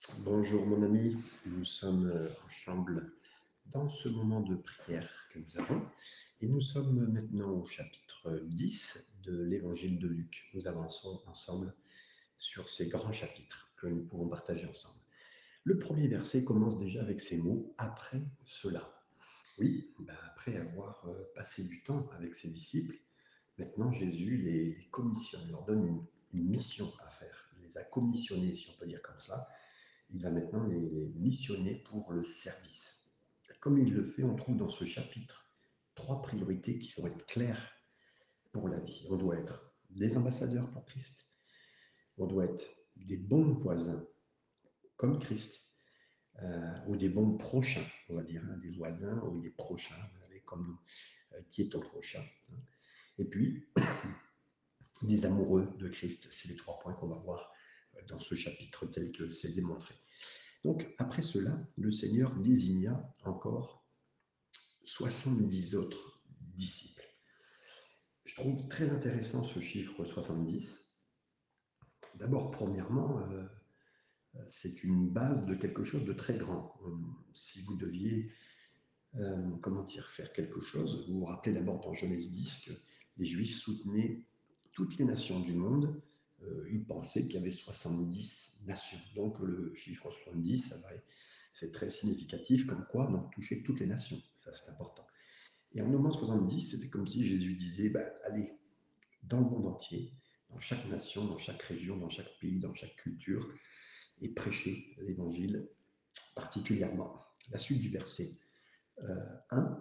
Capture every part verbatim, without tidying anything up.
Bonjour mon ami, nous sommes euh, ensemble dans ce moment de prière que nous avons et nous sommes maintenant au chapitre dix de l'évangile de Luc. Nous avançons ensemble sur ces grands chapitres que nous pouvons partager ensemble. Le premier verset commence déjà avec ces mots « après cela ». Oui, ben après avoir euh, passé du temps avec ses disciples, maintenant Jésus les, les commissionne, leur donne une, une mission à faire. Il les a commissionnés, si on peut dire comme cela. Il va maintenant les, les missionner pour le service. Comme il le fait, on trouve dans ce chapitre trois priorités qui vont être claires pour la vie. On doit être des ambassadeurs pour Christ, on doit être des bons voisins comme Christ, euh, ou des bons prochains, on va dire, hein, des voisins ou des prochains, vous savez, comme nous, euh, qui est ton prochain. Hein. Et puis, des amoureux de Christ, c'est les trois points qu'on va voir dans ce chapitre tel que c'est démontré. Donc, après cela, le Seigneur désigna encore soixante-dix autres disciples. Je trouve très intéressant ce chiffre soixante-dix. D'abord, premièrement, euh, c'est une base de quelque chose de très grand. Si vous deviez, euh, comment dire, faire quelque chose, vous vous rappelez d'abord dans Genèse dix que les Juifs soutenaient toutes les nations du monde. Euh, ils pensaient qu'il y avait soixante-dix nations. Donc le chiffre soixante-dix, ça va, c'est très significatif, comme quoi donc toucher toutes les nations. Ça, c'est important. Et en nommant soixante-dix, c'était comme si Jésus disait, bah, allez, dans le monde entier, dans chaque nation, dans chaque région, dans chaque pays, dans chaque culture, et prêchez l'évangile particulièrement. La suite du verset euh, un,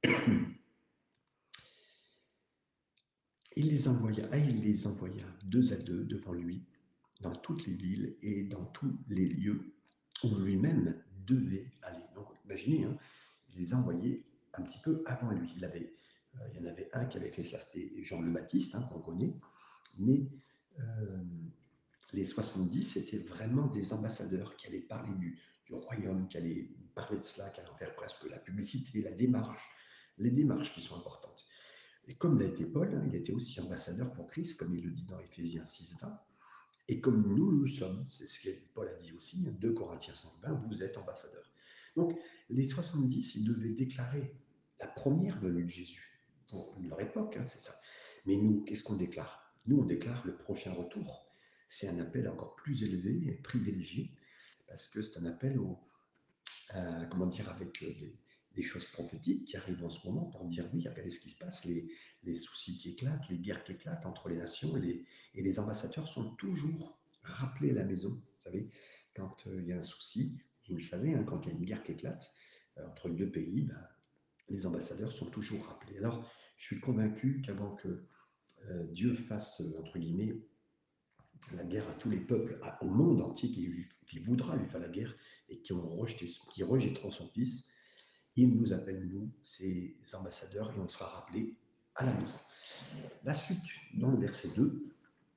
il les envoya, ah, il les envoya deux à deux devant lui, dans toutes les villes et dans tous les lieux où lui-même devait aller. Donc, imaginez, hein, il les envoyait un petit peu avant lui. Il, avait, euh, il y en avait un qui avait fait ça, c'était Jean le Baptiste, hein, qu'on connaît, mais euh, les soixante-dix, c'était vraiment des ambassadeurs qui allaient parler du, du royaume, qui allaient parler de cela, qui allaient en faire presque la publicité, la démarche, les démarches qui sont importantes. Et comme l'a été Paul, hein, il était aussi ambassadeur pour Christ, comme il le dit dans Éphésiens six vingt. Et comme nous le sommes, c'est ce que Paul a dit aussi, hein, deux Corinthiens cinq vingt, vous êtes ambassadeurs. Donc, les soixante-dix, ils devaient déclarer la première venue de Jésus pour leur époque, hein, c'est ça. Mais nous, qu'est-ce qu'on déclare? Nous, on déclare le prochain retour. C'est un appel encore plus élevé et privilégié, parce que c'est un appel au, à, comment dire, avec euh, des, des choses prophétiques qui arrivent en ce moment pour dire oui, regardez ce qui se passe, les, les soucis qui éclatent, les guerres qui éclatent entre les nations, et les, et les ambassadeurs sont toujours rappelés à la maison. Vous savez, quand euh, il y a un souci, vous le savez, hein, quand il y a une guerre qui éclate euh, entre deux pays, ben, les ambassadeurs sont toujours rappelés. Alors, je suis convaincu qu'avant que euh, Dieu fasse, euh, entre guillemets, la guerre à tous les peuples, à, au monde entier qui, qui, voudra lui faire la guerre et qui, ont rejeté, qui rejetteront son fils, il nous appelle, nous, ses ambassadeurs, et on sera rappelés à la maison. La suite, dans le verset deux,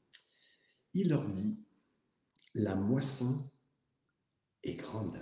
il leur dit, la moisson est grande.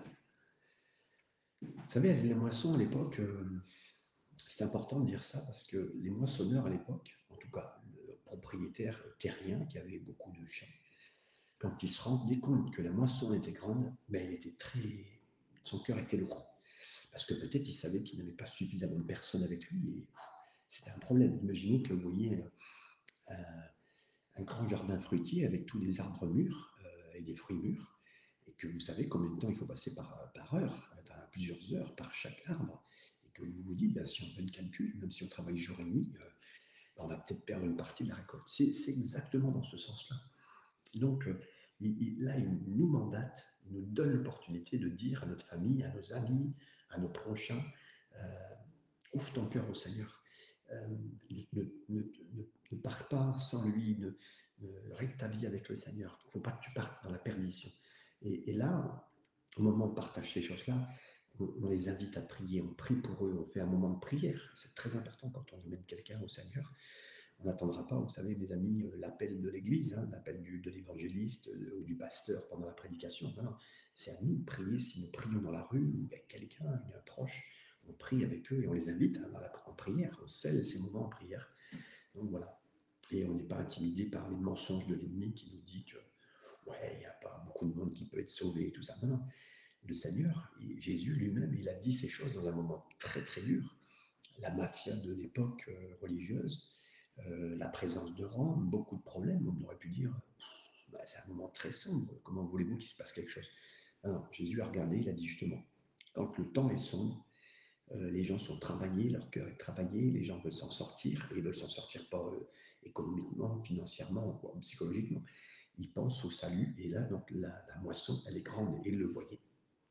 Vous savez, la moisson à l'époque, euh, c'est important de dire ça parce que les moissonneurs à l'époque, en tout cas le propriétaire terrien qui avait beaucoup de champs, quand il se rendait compte que la moisson était grande, ben il était très, son cœur était lourd. Parce que peut-être il savait qu'il n'avait pas suffisamment de personnes avec lui et c'était un problème. Imaginez que vous voyez un, un grand jardin fruitier avec tous les arbres mûrs euh, et des fruits mûrs et que vous savez combien de temps il faut passer par, par heure, enfin, plusieurs heures par chaque arbre et que vous vous dites, ben, si on fait le calcul, même si on travaille jour et nuit, euh, ben, on va peut-être perdre une partie de la récolte. C'est, c'est exactement dans ce sens-là. Donc, euh, il, il, là, il nous mandate, il nous donne l'opportunité de dire à notre famille, à nos amis, à nos prochains, euh, ouvre ton cœur au Seigneur. Euh, ne, ne, ne, ne pars pas sans lui, ne, ne, règle ta vie avec le Seigneur. Il ne faut pas que tu partes dans la perdition. Et, et là, au moment où on partage ces choses-là, on, on les invite à prier, on prie pour eux, on fait un moment de prière. C'est très important quand on amène quelqu'un au Seigneur. On n'attendra pas, vous savez, mes amis, l'appel de l'Église, hein, l'appel du, de l'évangéliste euh, ou du pasteur pendant la prédication. Non, non, c'est à nous de prier. Si nous prions dans la rue ou avec quelqu'un, un proche, on prie avec eux et on les invite hein, dans la, en prière. On scelle ces moments en prière. Donc voilà. Et on n'est pas intimidé par les mensonges de l'ennemi qui nous dit que ouais, il n'y a pas beaucoup de monde qui peut être sauvé et tout ça. Non, non. Le Seigneur, et Jésus lui-même, il a dit ces choses dans un moment très très dur. La mafia de l'époque euh, religieuse, euh, la présence de Rome, beaucoup de problèmes. On aurait pu dire, bah, c'est un moment très sombre. Comment voulez-vous qu'il se passe quelque chose? Alors, Jésus a regardé, il a dit justement, quand le temps est sombre, euh, les gens sont travaillés, leur cœur est travaillé, les gens veulent s'en sortir, et ils veulent s'en sortir pas euh, économiquement, financièrement, quoi, psychologiquement. Ils pensent au salut, et là, donc, la, la moisson, elle est grande, et il le voyait.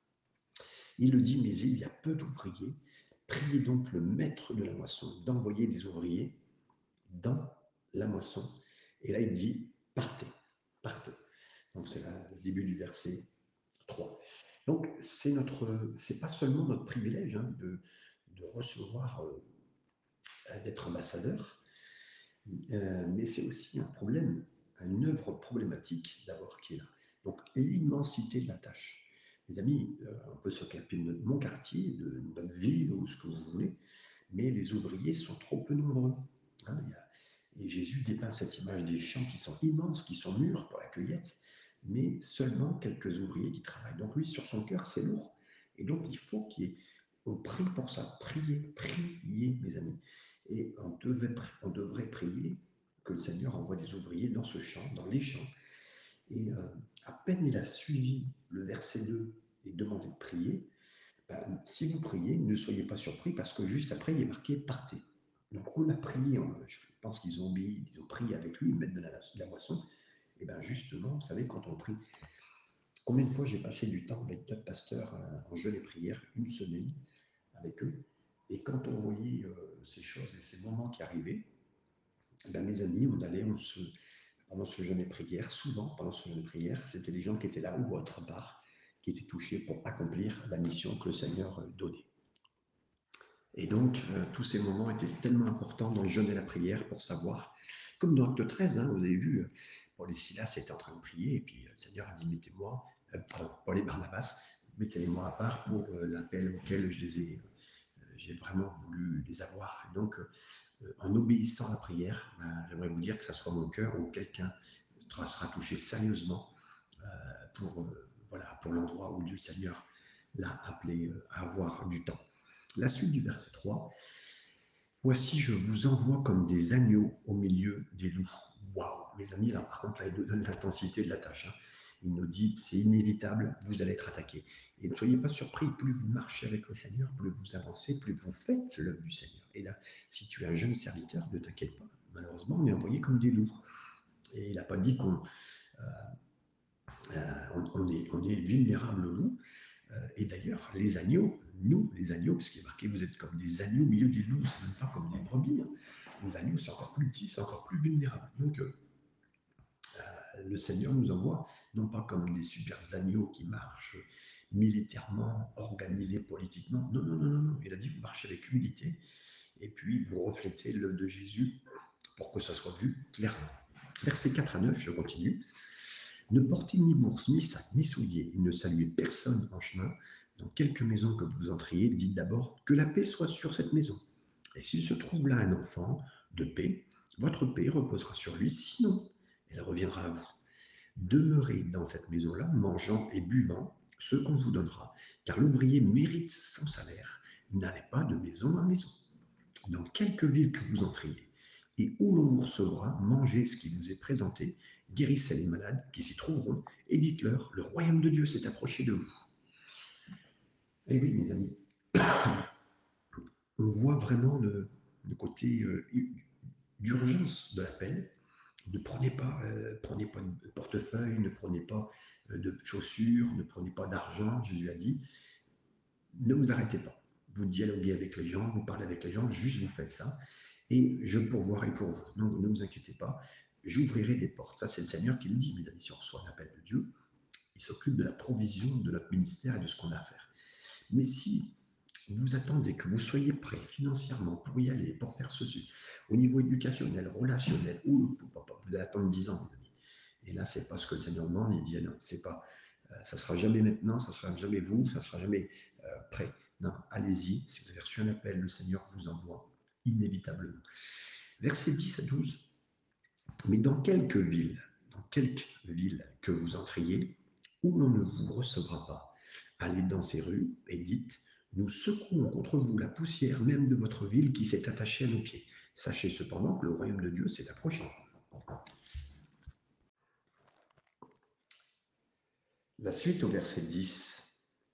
Il le dit, mais il y a peu d'ouvriers. Priez donc le maître de la moisson d'envoyer des ouvriers dans la moisson. Et là, il dit, partez, partez. Donc, c'est le début du verset trois. Donc, c'est notre, c'est pas seulement notre privilège hein, de, de recevoir, euh, d'être ambassadeur, euh, mais c'est aussi un problème, une œuvre problématique d'abord qui est là. Donc, l'immensité de la tâche. Les amis, euh, on peut s'occuper de mon quartier, de notre ville ou ce que vous voulez, mais les ouvriers sont trop peu nombreux. Hein, il y a, et Jésus dépeint cette image des champs qui sont immenses, qui sont mûrs pour la cueillette, mais seulement quelques ouvriers qui travaillent. Donc lui, sur son cœur, c'est lourd. Et donc il faut qu'il y ait, on prie pour ça, priez, priez, mes amis. Et on, devait, on devrait prier que le Seigneur envoie des ouvriers dans ce champ, dans les champs. Et euh, à peine il a suivi le verset deux et demandé de prier, ben, si vous priez, ne soyez pas surpris parce que juste après, il est marqué partez. Donc on a prié, on, je pense qu'ils ont obéi, ils ont prié avec lui, le maître de la, de la moisson. Et bien justement, vous savez, quand on prie, combien de fois j'ai passé du temps avec quatre pasteurs euh, en jeûne et prière, une semaine avec eux, et quand on voyait euh, ces choses et ces moments qui arrivaient, ben, mes amis, on allait, on se, pendant ce jeûne et prière, souvent pendant ce jeûne et prière, c'était des gens qui étaient là ou autre part, qui étaient touchés pour accomplir la mission que le Seigneur donnait. Et donc, euh, tous ces moments étaient tellement importants dans le jeûne et la prière pour savoir, comme dans Acte treize, hein, vous avez vu, euh, Paul et Silas étaient en train de prier, et puis euh, le Seigneur a dit, mettez-moi, euh, pardon, Paul et Barnabas, mettez-les-moi à part pour euh, l'appel auquel je les ai, euh, j'ai vraiment voulu les avoir. Et donc, euh, en obéissant à la prière, ben, j'aimerais vous dire que ça soit mon cœur ou quelqu'un sera touché sérieusement euh, pour, euh, voilà, pour l'endroit où Dieu Seigneur l'a appelé euh, à avoir du temps. La suite du verset trois. Voici, je vous envoie comme des agneaux au milieu des loups. Waouh, mes amis, là, par contre, là, il nous donne l'intensité de la tâche. Hein. Il nous dit, c'est inévitable, vous allez être attaqué. Et ne soyez pas surpris, plus vous marchez avec le Seigneur, plus vous avancez, plus vous faites l'œuvre du Seigneur. Et là, si tu es un jeune serviteur, ne t'inquiète pas. Malheureusement, on est envoyé comme des loups. Et il n'a pas dit qu'on euh, euh, on, on, est, on est vulnérable aux loups. Euh, et d'ailleurs, les agneaux, nous, les agneaux, puisqu'il est marqué, vous êtes comme des agneaux au milieu des loups, c'est même pas comme des brebis. Hein. Les agneaux, c'est encore plus petit, c'est encore plus vulnérable. Donc, euh, le Seigneur nous envoie, non pas comme des super agneaux qui marchent militairement, organisés politiquement. Non, non, non, non, non. Il a dit, vous marchez avec humilité, et puis vous reflétez l'œuvre de Jésus pour que ça soit vu clairement. Versets quatre à neuf, je continue. Ne portez ni bourse, ni sac, ni souliers, ne saluez personne en chemin. Dans quelque maison que vous entriez, dites d'abord que la paix soit sur cette maison. Et s'il se trouve là un enfant de paix, votre paix reposera sur lui, sinon elle reviendra à vous. Demeurez dans cette maison-là, mangeant et buvant ce qu'on vous donnera, car l'ouvrier mérite son salaire. N'allez pas de maison en maison. Dans quelque ville que vous entriez, et où l'on vous recevra, mangez ce qui vous est présenté, guérissez les malades qui s'y trouveront, et dites-leur, le royaume de Dieu s'est approché de vous. Et oui, mes amis, on voit vraiment le, le côté euh, d'urgence de l'appel. Ne prenez pas, euh, prenez pas de portefeuille, ne prenez pas euh, de chaussures, ne prenez pas d'argent, Jésus a dit. Ne vous arrêtez pas. Vous dialoguez avec les gens, vous parlez avec les gens, juste vous faites ça. Et je pourvoirai pour vous. Donc ne vous inquiétez pas, j'ouvrirai des portes. Ça, c'est le Seigneur qui le dit, mesdames, si on reçoit l'appel de Dieu, il s'occupe de la provision de notre ministère et de ce qu'on a à faire. Mais si vous attendez que vous soyez prêt financièrement pour y aller, pour faire ceci, au niveau éducationnel, relationnel, ou vous allez attendre dix ans, mes amis. Et là, c'est pas ce que le Seigneur demande, il dit non, c'est pas, euh, ça sera jamais maintenant, ça sera jamais vous, ça sera jamais euh, prêt. Non, allez-y, si vous avez reçu un appel, le Seigneur vous envoie inévitablement. Versets dix à douze. Mais dans quelques villes, dans quelques villes que vous entriez, où l'on ne vous recevra pas. Allez dans ces rues et dites, nous secouons contre vous la poussière même de votre ville qui s'est attachée à nos pieds. Sachez cependant que le royaume de Dieu s'est approché. La suite au verset dix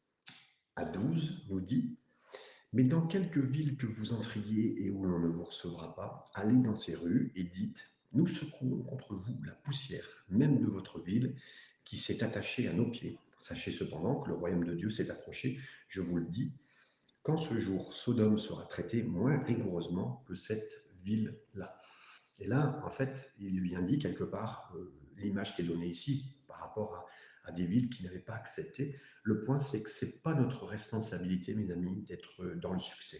à douze nous dit, mais dans quelque ville que vous entriez et où l'on ne vous recevra pas, allez dans ces rues et dites, nous secouons contre vous la poussière même de votre ville qui s'est attachée à nos pieds. Sachez cependant que le royaume de Dieu s'est approché, je vous le dis, quand ce jour Sodome sera traité moins rigoureusement que cette ville-là. Et là, en fait, il lui indique quelque part euh, l'image qui est donnée ici par rapport à, à des villes qui n'avaient pas accepté. Le point, c'est que ce n'est pas notre responsabilité, mes amis, d'être dans le succès.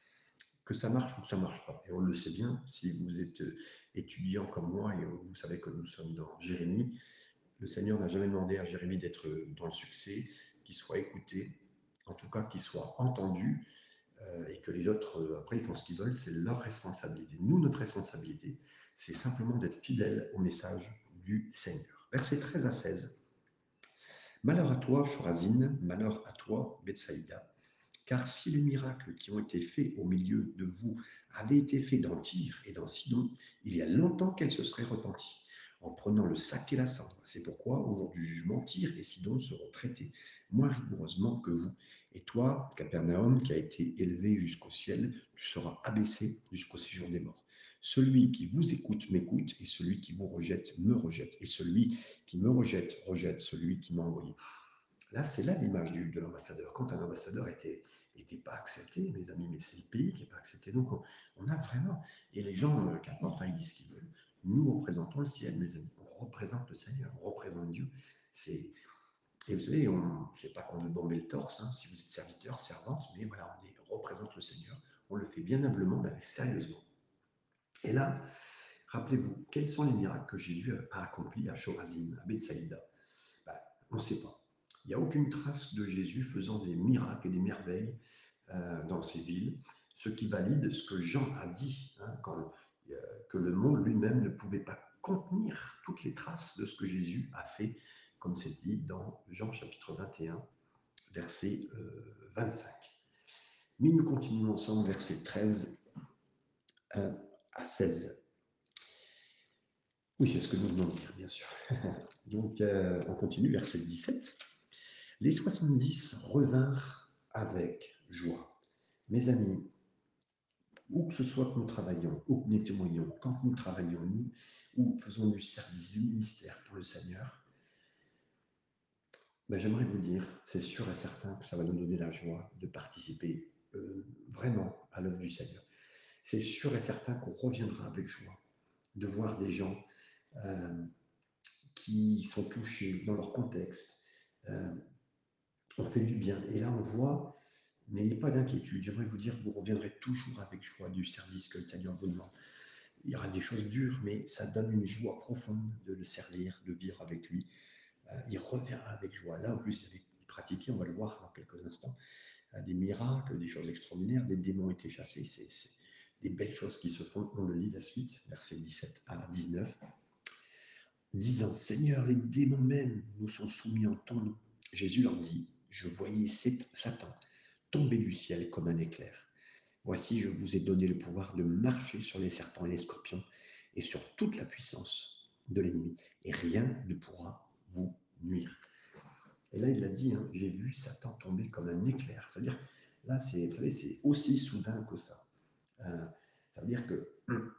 Que ça marche ou que ça ne marche pas. Et on le sait bien, si vous êtes étudiant comme moi et vous savez que nous sommes dans Jérémie, le Seigneur n'a jamais demandé à Jérémie d'être dans le succès, qu'il soit écouté, en tout cas qu'il soit entendu, euh, et que les autres, euh, après, ils font ce qu'ils veulent, c'est leur responsabilité. Nous, notre responsabilité, c'est simplement d'être fidèles au message du Seigneur. Versets treize à seize. Malheur à toi, Chorazine, malheur à toi, Bethsaïda, car si les miracles qui ont été faits au milieu de vous avaient été faits dans Tyr et dans Sidon, il y a longtemps qu'elles se seraient repenties, en prenant le sac et la cendre. C'est pourquoi, au jour du jugement, Tyr et Sidon seront traités moins rigoureusement que vous. Et toi, Capernaum, qui a été élevé jusqu'au ciel, tu seras abaissé jusqu'au séjour des morts. Celui qui vous écoute m'écoute, et celui qui vous rejette me rejette, et celui qui me rejette rejette celui qui m'a envoyé. Là, c'est là l'image du- de l'ambassadeur. Quand un ambassadeur était n'était pas accepté, mes amis, mais c'est le pays qui n'est pas accepté. Donc, on, on a vraiment, et les gens, euh, qu'importe, hein, ils disent ce qu'ils veulent. Nous représentons le ciel, mes amis. On représente le Seigneur, on représente Dieu. C'est, et vous savez, on, je ne sais pas qu'on veut bomber le torse, hein, si vous êtes serviteur, servante, mais voilà, on, est, on représente le Seigneur. On le fait bien humblement, mais sérieusement. Et là, rappelez-vous, quels sont les miracles que Jésus a accomplis à Chorazim, à Bethsaïda? Ben, on ne sait pas. Il n'y a aucune trace de Jésus faisant des miracles et des merveilles euh, dans ces villes, ce qui valide ce que Jean a dit, hein, quand, euh, que le monde lui-même ne pouvait pas contenir toutes les traces de ce que Jésus a fait, comme c'est dit dans Jean chapitre vingt et un, verset euh, vingt-cinq. Mais nous continuons ensemble, verset treize euh, à seize. Oui, c'est ce que nous venons de dire, bien sûr. Donc, euh, on continue, verset dix-sept. Les soixante-dix revinrent avec joie. Mes amis, où que ce soit que nous travaillons, où que nous témoignons, quand nous travaillons, nous, ou faisons du service, du ministère pour le Seigneur, ben j'aimerais vous dire, c'est sûr et certain que ça va nous donner la joie de participer euh, vraiment à l'œuvre du Seigneur. C'est sûr et certain qu'on reviendra avec joie de voir des gens euh, qui sont touchés dans leur contexte. Euh, on fait du bien. Et là, on voit. N'ayez pas d'inquiétude, j'aimerais vous dire que vous reviendrez toujours avec joie du service que le Seigneur vous demande. Il y aura des choses dures, mais ça donne une joie profonde de le servir, de vivre avec lui. Euh, il reviendra avec joie. Là, en plus, il avait pratiqué, on va le voir dans quelques instants, euh, des miracles, des choses extraordinaires, des démons ont été chassés. C'est, c'est des belles choses qui se font. On le lit la suite, versets dix-sept à dix-neuf. Disant, Seigneur, les démons même nous sont soumis en ton nom. Jésus leur dit, je voyais Satan tomber du ciel comme un éclair. Voici, je vous ai donné le pouvoir de marcher sur les serpents et les scorpions et sur toute la puissance de l'ennemi, et rien ne pourra vous nuire. Et là, il a dit, hein, j'ai vu Satan tomber comme un éclair. C'est-à-dire, là, c'est, vous savez, c'est aussi soudain que ça. Euh, ça veut dire que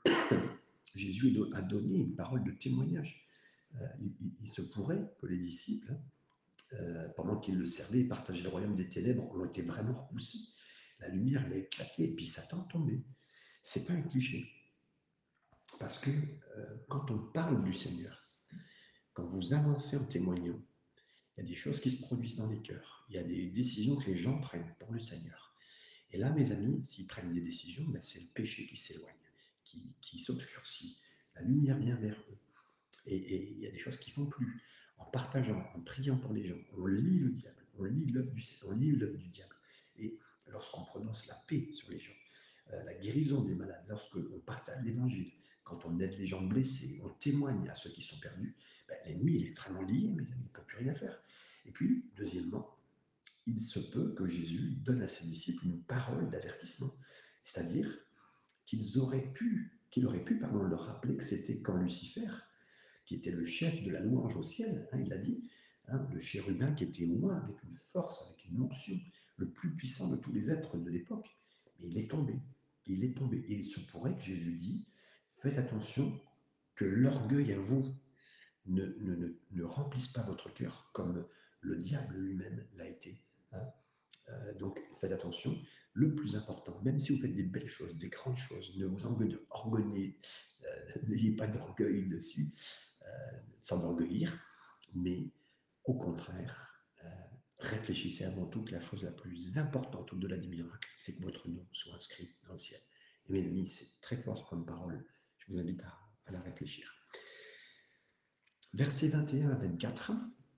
Jésus a donné une parole de témoignage. Euh, il, il, il, se pourrait que les disciples, euh, pendant qu'ils le servaient et partageaient le royaume des ténèbres, ont été vraiment repoussés. La lumière, elle a éclaté et puis Satan tombé. C'est pas un cliché. Parce que euh, quand on parle du Seigneur, quand vous avancez en témoignant, il y a des choses qui se produisent dans les cœurs. Il y a des décisions que les gens prennent pour le Seigneur. Et là, mes amis, s'ils prennent des décisions, ben c'est le péché qui s'éloigne, qui, qui s'obscurcit. La lumière vient vers eux. Et, et, il y a des choses qui ne font plus. En partageant, en priant pour les gens, on lit le diable, on lit l'œuvre du, on lit l'œuvre du diable. Et lorsqu'on prononce la paix sur les gens, euh, la guérison des malades, lorsqu'on partage l'évangile, quand on aide les gens blessés, on témoigne à ceux qui sont perdus, ben, l'ennemi il est vraiment lié, mais il ne peut plus rien faire. Et puis, deuxièmement, il se peut que Jésus donne à ses disciples une parole d'avertissement, c'est-à-dire qu'ils auraient pu, qu'il aurait pu pardon, leur rappeler que c'était quand Lucifer, qui était le chef de la louange au ciel, hein, il a dit, hein, le chérubin qui était loin avec une force, avec une onction, le plus puissant de tous les êtres de l'époque. Mais il est tombé, il est tombé. Et il se pourrait que Jésus dit, faites attention que l'orgueil à vous ne, ne, ne, ne remplisse pas votre cœur comme le diable lui-même l'a été. Hein. Euh, donc faites attention. Le plus important, même si vous faites des belles choses, des grandes choses, ne vous orgueillez, euh, n'ayez pas d'orgueil dessus, euh, sans orgueillir, mais au contraire, euh, réfléchissez avant tout que la chose la plus importante au-delà des miracles, c'est que votre nom soit inscrit dans le ciel. Et mes amis, c'est très fort comme parole. Je vous invite à, à la réfléchir. Versets vingt et un à vingt-quatre,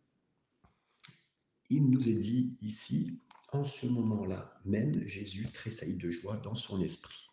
il nous est dit ici, en ce moment-là même, Jésus tressaillit de joie dans son esprit.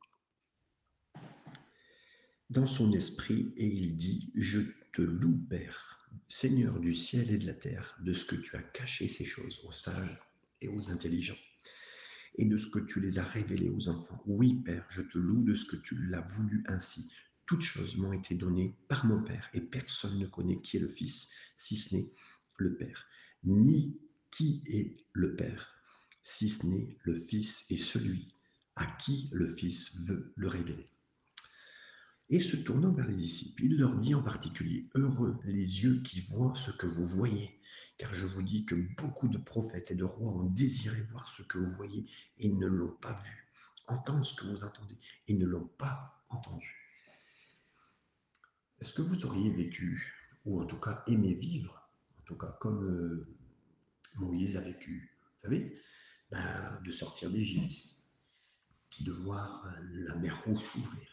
Dans son esprit, et il dit, je te loue, Père, Seigneur du ciel et de la terre, de ce que tu as caché ces choses aux sages et aux intelligents, et de ce que tu les as révélées aux enfants. Oui, Père, je te loue de ce que tu l'as voulu ainsi. Toutes choses m'ont été données par mon Père, et personne ne connaît qui est le Fils, si ce n'est le Père, ni qui est le Père, si ce n'est le Fils et celui à qui le Fils veut le révéler. Et se tournant vers les disciples, il leur dit en particulier, heureux les yeux qui voient ce que vous voyez, car je vous dis que beaucoup de prophètes et de rois ont désiré voir ce que vous voyez et ne l'ont pas vu, entendre ce que vous entendez et ne l'ont pas entendu. Est-ce que vous auriez vécu, ou en tout cas aimé vivre, en tout cas comme euh, Moïse a vécu, vous savez, ben, de sortir d'Égypte, de voir la mer rouge s'ouvrir,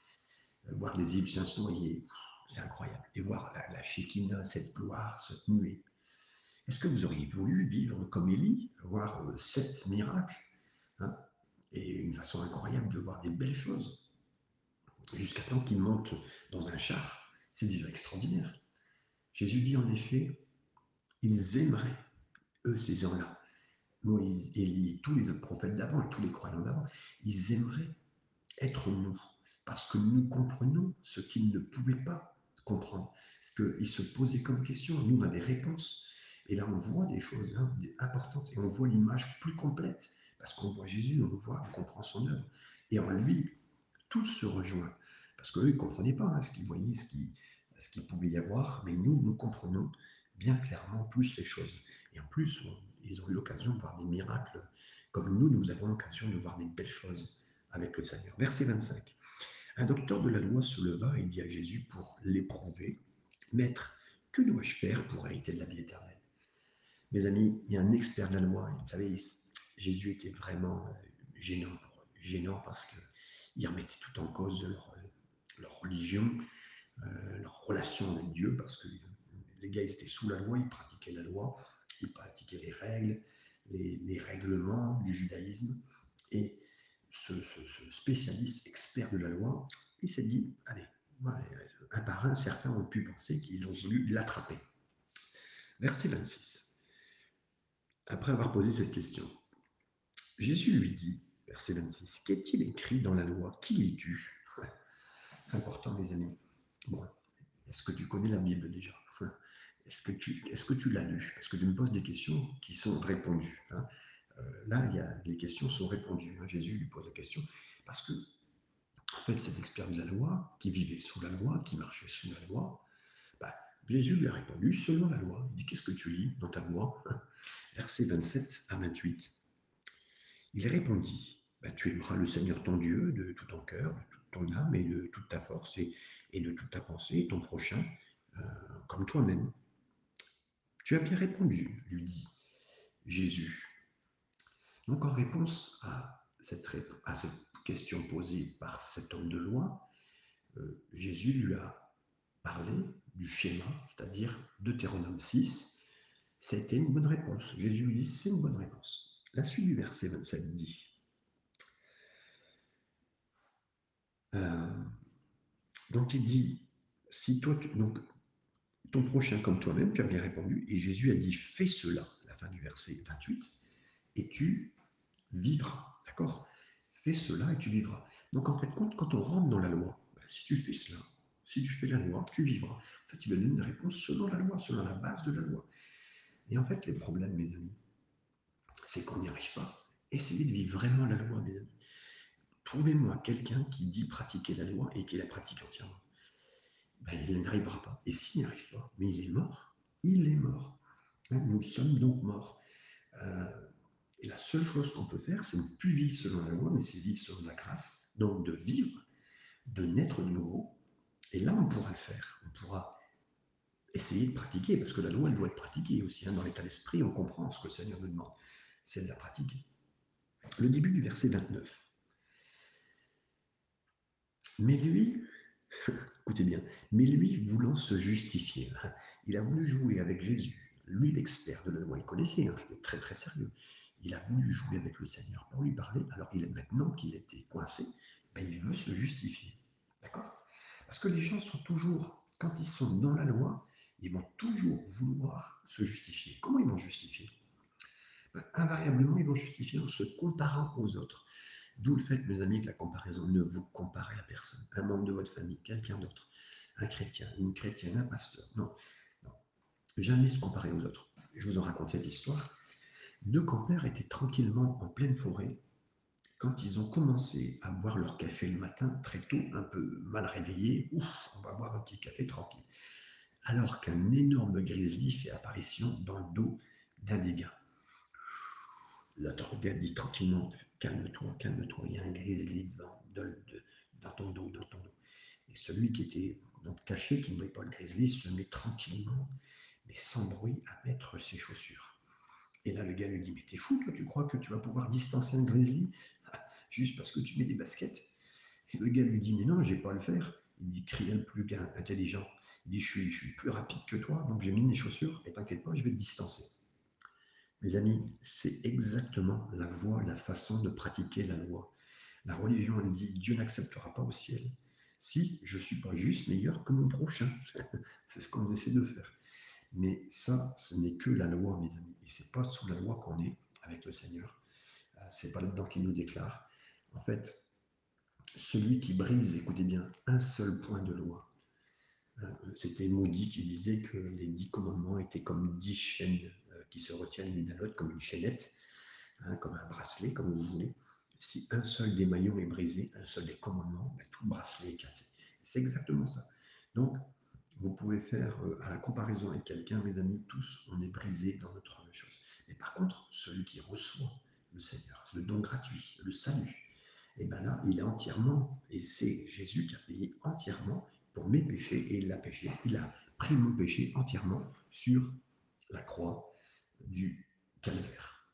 voir les Égyptiens se noyer, c'est incroyable. Et voir la, la Shekinah, cette gloire, cette nuée. Est-ce que vous auriez voulu vivre comme Élie, voir euh, sept miracles, hein, et une façon incroyable de voir des belles choses, jusqu'à temps qu'il monte dans un char? C'est déjà extraordinaire. Jésus dit en effet, ils aimeraient, eux, ces gens-là, Moïse, Élie, tous les autres prophètes d'avant et tous les croyants d'avant, ils aimeraient être nous, parce que nous comprenons ce qu'ils ne pouvaient pas comprendre, ce qu'ils se posaient comme question. Nous, on a des réponses. Et là, on voit des choses hein, importantes et on voit l'image plus complète, parce qu'on voit Jésus, on le voit, on comprend son œuvre. Et en lui, tout se rejoint. Parce qu'eux, ils ne comprenaient pas hein, ce qu'ils voyaient, ce qu'il ce qu'il pouvait y avoir, mais nous, nous comprenons bien clairement plus les choses. Et en plus, on, ils ont eu l'occasion de voir des miracles, comme nous, nous avons l'occasion de voir des belles choses avec le Seigneur. Verset vingt-cinq. Un docteur de la loi se leva et dit à Jésus pour l'éprouver, Maître, que dois-je faire pour hériter de la vie éternelle? Mes amis, il y a un expert de la loi, vous savez, Jésus était vraiment gênant pour eux, gênant parce qu'il remettait tout en cause leur, leur religion, euh, leur relation avec Dieu, parce que les gars, ils étaient sous la loi, ils pratiquaient la loi, ils pratiquaient les règles, les, les règlements du judaïsme, et ce, ce, ce spécialiste expert de la loi, il s'est dit, allez, un par un, certains ont pu penser qu'ils ont voulu l'attraper. Verset vingt-six. Après avoir posé cette question, Jésus lui dit, verset vingt-six, qu'est-il écrit dans la loi? Qui lis-tu? Ouais, important, mes amis. Bon, est-ce que tu connais la Bible déjà? Est-ce que tu, est-ce que tu l'as lu? Parce que tu me poses des questions qui sont répondues. Hein. Euh, là, il y a, les questions sont répondues. Hein. Jésus lui pose la question parce que en fait, cet expert de la loi, qui vivait sous la loi, qui marchait sous la loi, bah, Jésus lui a répondu selon la loi. Il dit, qu'est-ce que tu lis dans ta loi? Versets vingt-sept à vingt-huit. Il répondit, bah, tu aimeras le Seigneur ton Dieu de tout ton cœur, de toute ton âme et de toute ta force et, et de toute ta pensée, et ton prochain euh, comme toi-même. Tu as bien répondu, lui dit Jésus. Donc en réponse à cette, à cette question posée par cet homme de loi, euh, Jésus lui a parlé du schéma, c'est-à-dire Deutéronome six. C'était une bonne réponse. Jésus lui dit, c'est une bonne réponse. La suite du verset vingt-sept dit, euh, donc il dit, si toi, tu, donc, ton prochain comme toi-même, tu as bien répondu, et Jésus a dit, fais cela, la fin du verset vingt-huit, et tu vivras, d'accord? Fais cela et tu vivras. Donc en fait, quand, quand on rentre dans la loi, ben, si tu fais cela, si tu fais la loi, tu vivras. En fait, il va donner une réponse selon la loi, selon la base de la loi. Et en fait, les problèmes, mes amis, c'est qu'on n'y arrive pas. Essayez de vivre vraiment la loi, mes amis. Trouvez-moi quelqu'un qui dit pratiquer la loi et qui la pratique entièrement. Ben, il n'y arrivera pas. Et s'il n'y arrive pas, mais il est mort. Il est mort. Nous sommes donc morts. Euh, et la seule chose qu'on peut faire, c'est ne plus vivre selon la loi, mais c'est vivre selon la grâce. Donc de vivre, de naître de nouveau. Et là, on pourra le faire. On pourra essayer de pratiquer, parce que la loi, elle doit être pratiquée aussi. Hein. Dans l'état d'esprit, on comprend ce que le Seigneur nous demande. C'est de la pratiquer. Le début du verset vingt-neuf. Mais lui, écoutez bien, mais lui voulant se justifier, hein, il a voulu jouer avec Jésus, lui l'expert de la loi, il connaissait, hein, c'était très très sérieux. Il a voulu jouer avec le Seigneur pour lui parler, alors il, maintenant qu'il était coincé, ben, il veut se justifier. D'accord? Parce que les gens sont toujours, quand ils sont dans la loi, ils vont toujours vouloir se justifier. Comment ils vont justifier? Ben, invariablement, ils vont justifier en se comparant aux autres. D'où le fait, mes amis, que la comparaison, ne vous comparez à personne. Un membre de votre famille, quelqu'un d'autre, un chrétien, une chrétienne, un pasteur. Non, non. Jamais se comparer aux autres. Je vous en raconte cette histoire. Deux compères étaient tranquillement en pleine forêt quand ils ont commencé à boire leur café le matin, très tôt, un peu mal réveillés. Ouf, on va boire un petit café tranquille. Alors qu'un énorme grizzly fait apparition dans le dos d'un des gars. L'autre regarde, dit tranquillement, calme-toi, calme-toi, il y a un grizzly devant, de, de, dans ton dos, dans ton dos. Et celui qui était donc caché, qui ne voyait pas le grizzly, se met tranquillement, mais sans bruit, à mettre ses chaussures. Et là, le gars lui dit, mais t'es fou, toi, tu crois que tu vas pouvoir distancer un grizzly juste parce que tu mets des baskets? Et le gars lui dit, mais non, j'ai pas à le faire. Il dit, crie le plus intelligent. Il dit, je suis, je suis plus rapide que toi, donc j'ai mis mes chaussures, et t'inquiète pas, je vais te distancer. Mes amis, c'est exactement la voie, la façon de pratiquer la loi. La religion, elle dit, Dieu n'acceptera pas au ciel si je ne suis pas juste meilleur que mon prochain. C'est ce qu'on essaie de faire. Mais ça, ce n'est que la loi, mes amis. Et ce n'est pas sous la loi qu'on est avec le Seigneur. Ce n'est pas là-dedans qu'il nous déclare. En fait, celui qui brise, écoutez bien, un seul point de loi, c'était Maudit qui disait que les dix commandements étaient comme dix chaînes qui se retiennent l'une à l'autre, comme une chaînette, hein, comme un bracelet, comme vous voulez. Si un seul des maillons est brisé, un seul des commandements, ben, tout le bracelet est cassé. C'est exactement ça. Donc, vous pouvez faire euh, à la comparaison avec quelqu'un, mes amis, tous, on est brisés dans notre chose. Mais par contre, celui qui reçoit le Seigneur, le don gratuit, le salut, et bien là, il est entièrement, et c'est Jésus qui a payé entièrement pour mes péchés, et il l'a péché, il a pris mon péché entièrement sur la croix du calvaire.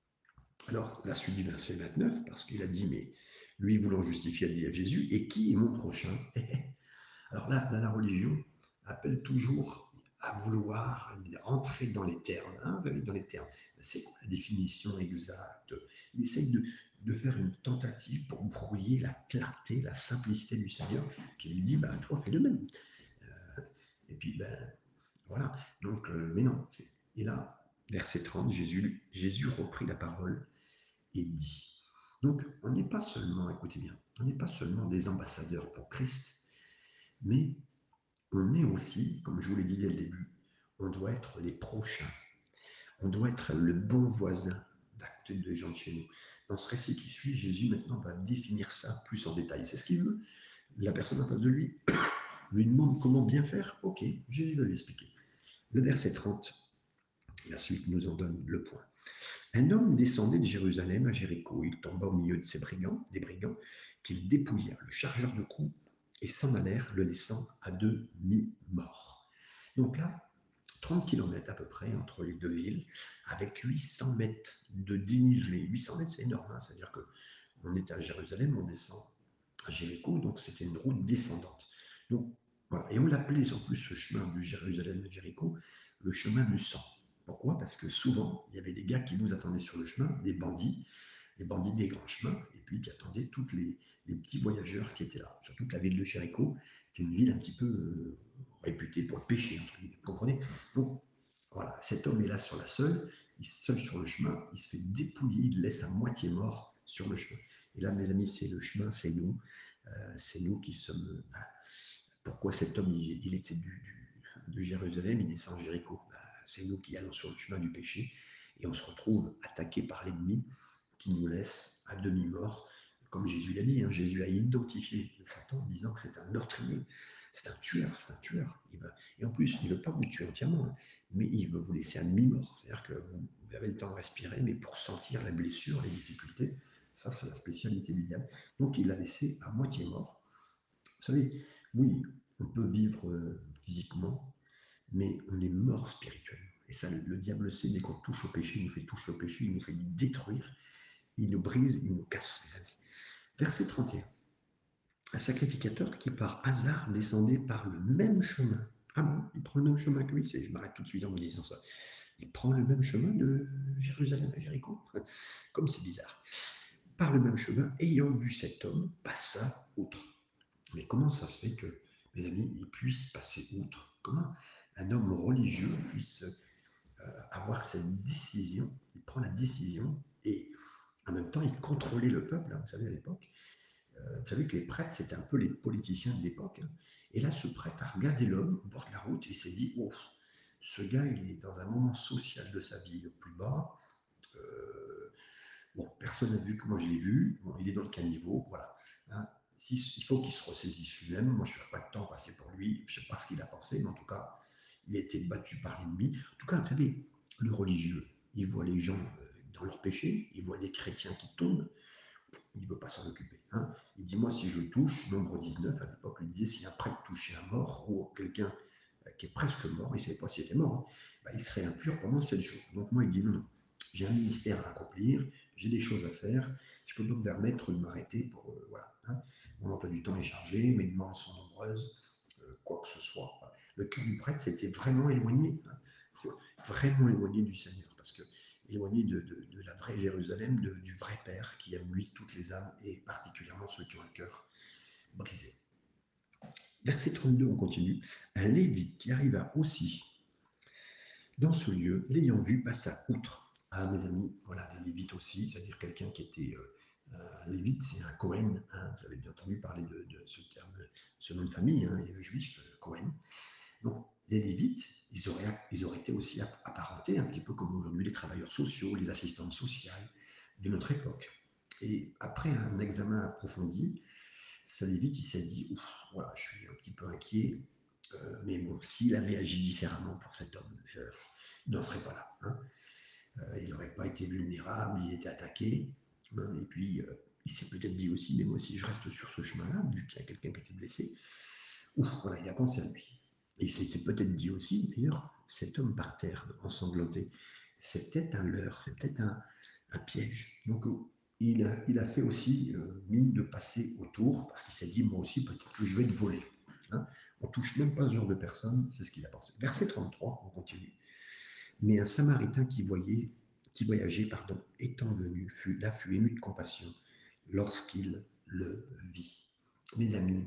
Alors, la suite du verset vingt-neuf, parce qu'il a dit, mais lui voulant justifier, a dit à Jésus, et qui est mon prochain? Alors là, là, la religion appelle toujours à vouloir entrer dans les termes. Hein, vous avez dans les termes. C'est quoi la définition exacte? Il essaye de, de faire une tentative pour brouiller la clarté, la simplicité du Seigneur, qui lui dit, bah, toi, fais le même. Euh, et puis, ben, voilà. Donc, euh, mais non. Et là, verset trente, Jésus, Jésus reprit la parole et dit. Donc, on n'est pas seulement, écoutez bien, on n'est pas seulement des ambassadeurs pour Christ, mais on est aussi, comme je vous l'ai dit dès le début, on doit être les prochains. On doit être le bon voisin d'à côté des gens de chez nous. Dans ce récit qui suit, Jésus maintenant va définir ça plus en détail. C'est ce qu'il veut. La personne en face de lui lui demande comment bien faire. Ok, Jésus va lui expliquer. Le verset trente, la suite nous en donne le point. Un homme descendait de Jérusalem à Jéricho. Il tomba au milieu de ces brigands, des brigands, qu'ils dépouillèrent, le chargeur de coups, et s'en allèrent, le laissant à demi-mort. Donc là, trente kilomètres à peu près entre les deux villes, avec huit cents mètres de dénivelé. huit cents mètres, c'est énorme, hein, c'est-à-dire qu'on est à Jérusalem, on descend à Jéricho, donc c'était une route descendante. Donc voilà, et on l'appelait en plus ce chemin du Jérusalem à Jéricho, le chemin du sang. Pourquoi? Parce que souvent, il y avait des gars qui vous attendaient sur le chemin, des bandits, des bandits des grands chemins, et puis qui attendaient tous les, les petits voyageurs qui étaient là. Surtout que la ville de Jéricho était une ville un petit peu euh, réputé pour le péché, entre guillemets, vous comprenez? Donc, voilà, cet homme est là sur la seule, il est seul sur le chemin, il se fait dépouiller, il laisse à moitié mort sur le chemin. Et là, mes amis, c'est le chemin, c'est nous, euh, c'est nous qui sommes. Bah, pourquoi cet homme, il, il était du, du- de Jérusalem, il descend à Jéricho? Bah, c'est nous qui allons sur le chemin du péché et on se retrouve attaqué par l'ennemi qui nous laisse à demi-mort. Comme Jésus l'a dit, hein, Jésus a identifié Satan en disant que c'est un meurtrier, c'est un tueur, c'est un tueur. Il va, et en plus, il ne veut pas vous tuer entièrement, hein, mais il veut vous laisser à demi-mort. C'est-à-dire que vous, vous avez le temps de respirer, mais pour sentir la blessure, les difficultés, ça c'est la spécialité du diable. Donc il l'a laissé à moitié mort. Vous savez, oui, on peut vivre euh, physiquement, mais on est mort spirituellement. Et ça, le, le diable le sait, dès qu'on touche au péché, il nous fait toucher au péché, il nous fait détruire, il nous brise, il nous casse, les amis. Verset trente et un. Un sacrificateur qui par hasard descendait par le même chemin. Ah bon, il prend le même chemin que lui, je m'arrête tout de suite en vous disant ça. Il prend le même chemin de Jérusalem à Jéricho. Comme c'est bizarre. Par le même chemin, ayant vu cet homme, passa outre. Mais comment ça se fait que, mes amis, il puisse passer outre? Comment un homme religieux puisse euh, avoir cette décision? Il prend la décision et en même temps, il contrôlait le peuple, hein, vous savez, à l'époque. Euh, vous savez que les prêtres, c'était un peu les politiciens de l'époque. Hein. Et là, ce prêtre a regardé l'homme au bord de la route et il s'est dit, oh, ce gars, il est dans un moment social de sa vie au plus bas. Euh, bon, personne n'a vu que moi je l'ai vu. Bon, il est dans le caniveau, voilà. Hein. Si, il faut qu'il se ressaisisse lui-même. Moi, je n'ai pas de temps à passer pour lui. Je ne sais pas ce qu'il a pensé, mais en tout cas, il a été battu par l'ennemi. En tout cas, vous savez, le religieux, il voit les gens euh, dans leur péché, il voit des chrétiens qui tombent, il ne veut pas s'en occuper. Hein. Il dit, moi, si je le touche, nombre dix-neuf, à l'époque, il disait, si un prêtre touchait un mort ou quelqu'un euh, qui est presque mort, il ne savait pas s'il était mort, hein, bah, il serait impur pendant sept jours. Donc moi, il dit, non, non, j'ai un ministère à accomplir, j'ai des choses à faire, je peux pas me permettre de m'arrêter pour... Euh, voilà. Hein. Mon emploi du temps est chargé, mes demandes sont nombreuses, euh, quoi que ce soit. Voilà. Le cœur du prêtre s'était vraiment éloigné, hein, vraiment éloigné du Seigneur, parce que éloigné de, de, de la vraie Jérusalem, de, du vrai Père qui aime lui toutes les âmes et particulièrement ceux qui ont le cœur brisé. Verset trente-deux, on continue. Un lévite qui arriva aussi dans ce lieu, l'ayant vu, passa outre. Ah, mes amis, voilà, les lévites aussi, c'est-à-dire quelqu'un qui était. Euh, un lévite, c'est un Cohen, hein, vous avez bien entendu parler de, de ce terme, ce nom de famille, hein, et le juif, euh, Cohen. Donc, les Lévites, ils auraient, ils auraient été aussi apparentés, un petit peu comme aujourd'hui les travailleurs sociaux, les assistantes sociales de notre époque. Et après un examen approfondi, ce Lévite, il s'est dit, ouf, voilà, je suis un petit peu inquiet, euh, mais bon, s'il avait agi différemment pour cet homme, je, il n'en serait pas là. Hein. Euh, il n'aurait pas été vulnérable, il était attaqué, hein, et puis euh, il s'est peut-être dit aussi, mais moi si je reste sur ce chemin-là, vu qu'il y a quelqu'un qui a été blessé, ouf, voilà, il a pensé à lui. Et il s'est peut-être dit aussi, d'ailleurs, cet homme par terre, ensanglanté, c'est peut-être un leurre, c'est peut-être un, un, piège. Donc, il a, il a fait aussi euh, mine de passer autour, parce qu'il s'est dit, moi aussi, peut-être que je vais te voler. Hein. On ne touche même pas ce genre de personne, c'est ce qu'il a pensé. Verset trente-trois, on continue. Mais un Samaritain qui voyait, qui voyageait, pardon, étant venu, fut, là fut ému de compassion lorsqu'il le vit. Mes amis,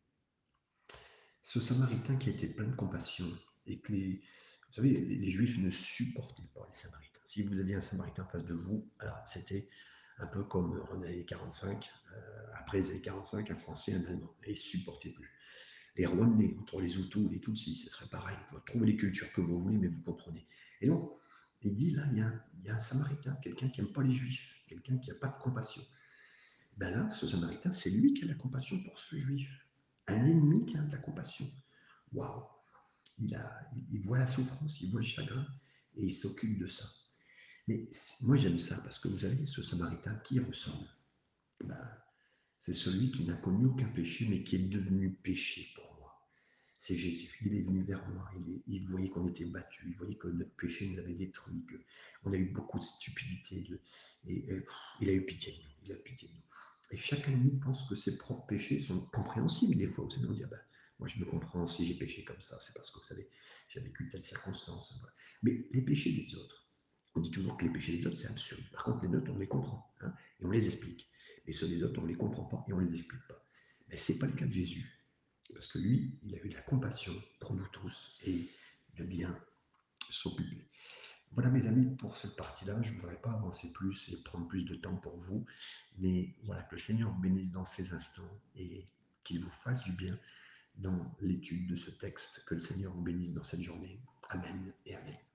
ce Samaritain qui était plein de compassion et que les, vous savez, les, les Juifs ne supportaient pas les Samaritains. Si vous aviez un Samaritain en face de vous, alors c'était un peu comme en années quarante-cinq, euh, après les années quarante-cinq, un Français, un Allemand, et ils ne supportaient plus. Les Rwandais, entre les Hutus et les Tutsis, ce serait pareil. Vous pouvez trouver les cultures que vous voulez, mais vous comprenez. Et donc, il dit là, il y a un, il y a un Samaritain, quelqu'un qui n'aime pas les Juifs, quelqu'un qui n'a pas de compassion. Ben là, ce Samaritain, c'est lui qui a de la compassion pour ce Juif. Un ennemi qui a de la compassion. Waouh! Il, a, il voit la souffrance, il voit le chagrin et il s'occupe de ça. Mais moi j'aime ça parce que vous savez, ce Samaritain qui ressemble, ben, c'est celui qui n'a connu aucun péché mais qui est devenu péché pour moi. C'est Jésus. Il est venu vers moi. Il, est, il voyait qu'on était battus. Il voyait que notre péché nous avait détruits. Qu'on a eu beaucoup de stupidité. De, et, et il a eu pitié de nous. Il a eu pitié de nous. Et chacun de nous pense que ses propres péchés sont compréhensibles des fois. Vous savez, on dit, ah ben, moi je me comprends, si j'ai péché comme ça, c'est parce que vous savez, j'ai vécu telle circonstance. Voilà. Mais les péchés des autres, on dit toujours que les péchés des autres, c'est absurde. Par contre, les nôtres, on les comprend. Hein, et on les explique. Et ceux des autres, on ne les comprend pas et on ne les explique pas. Mais ce n'est pas le cas de Jésus. Parce que lui, il a eu de la compassion pour nous tous et de bien s'occuper. Voilà mes amis, pour cette partie-là, je ne voudrais pas avancer plus et prendre plus de temps pour vous, mais voilà, que le Seigneur vous bénisse dans ces instants et qu'il vous fasse du bien dans l'étude de ce texte, que le Seigneur vous bénisse dans cette journée. Amen et Amen.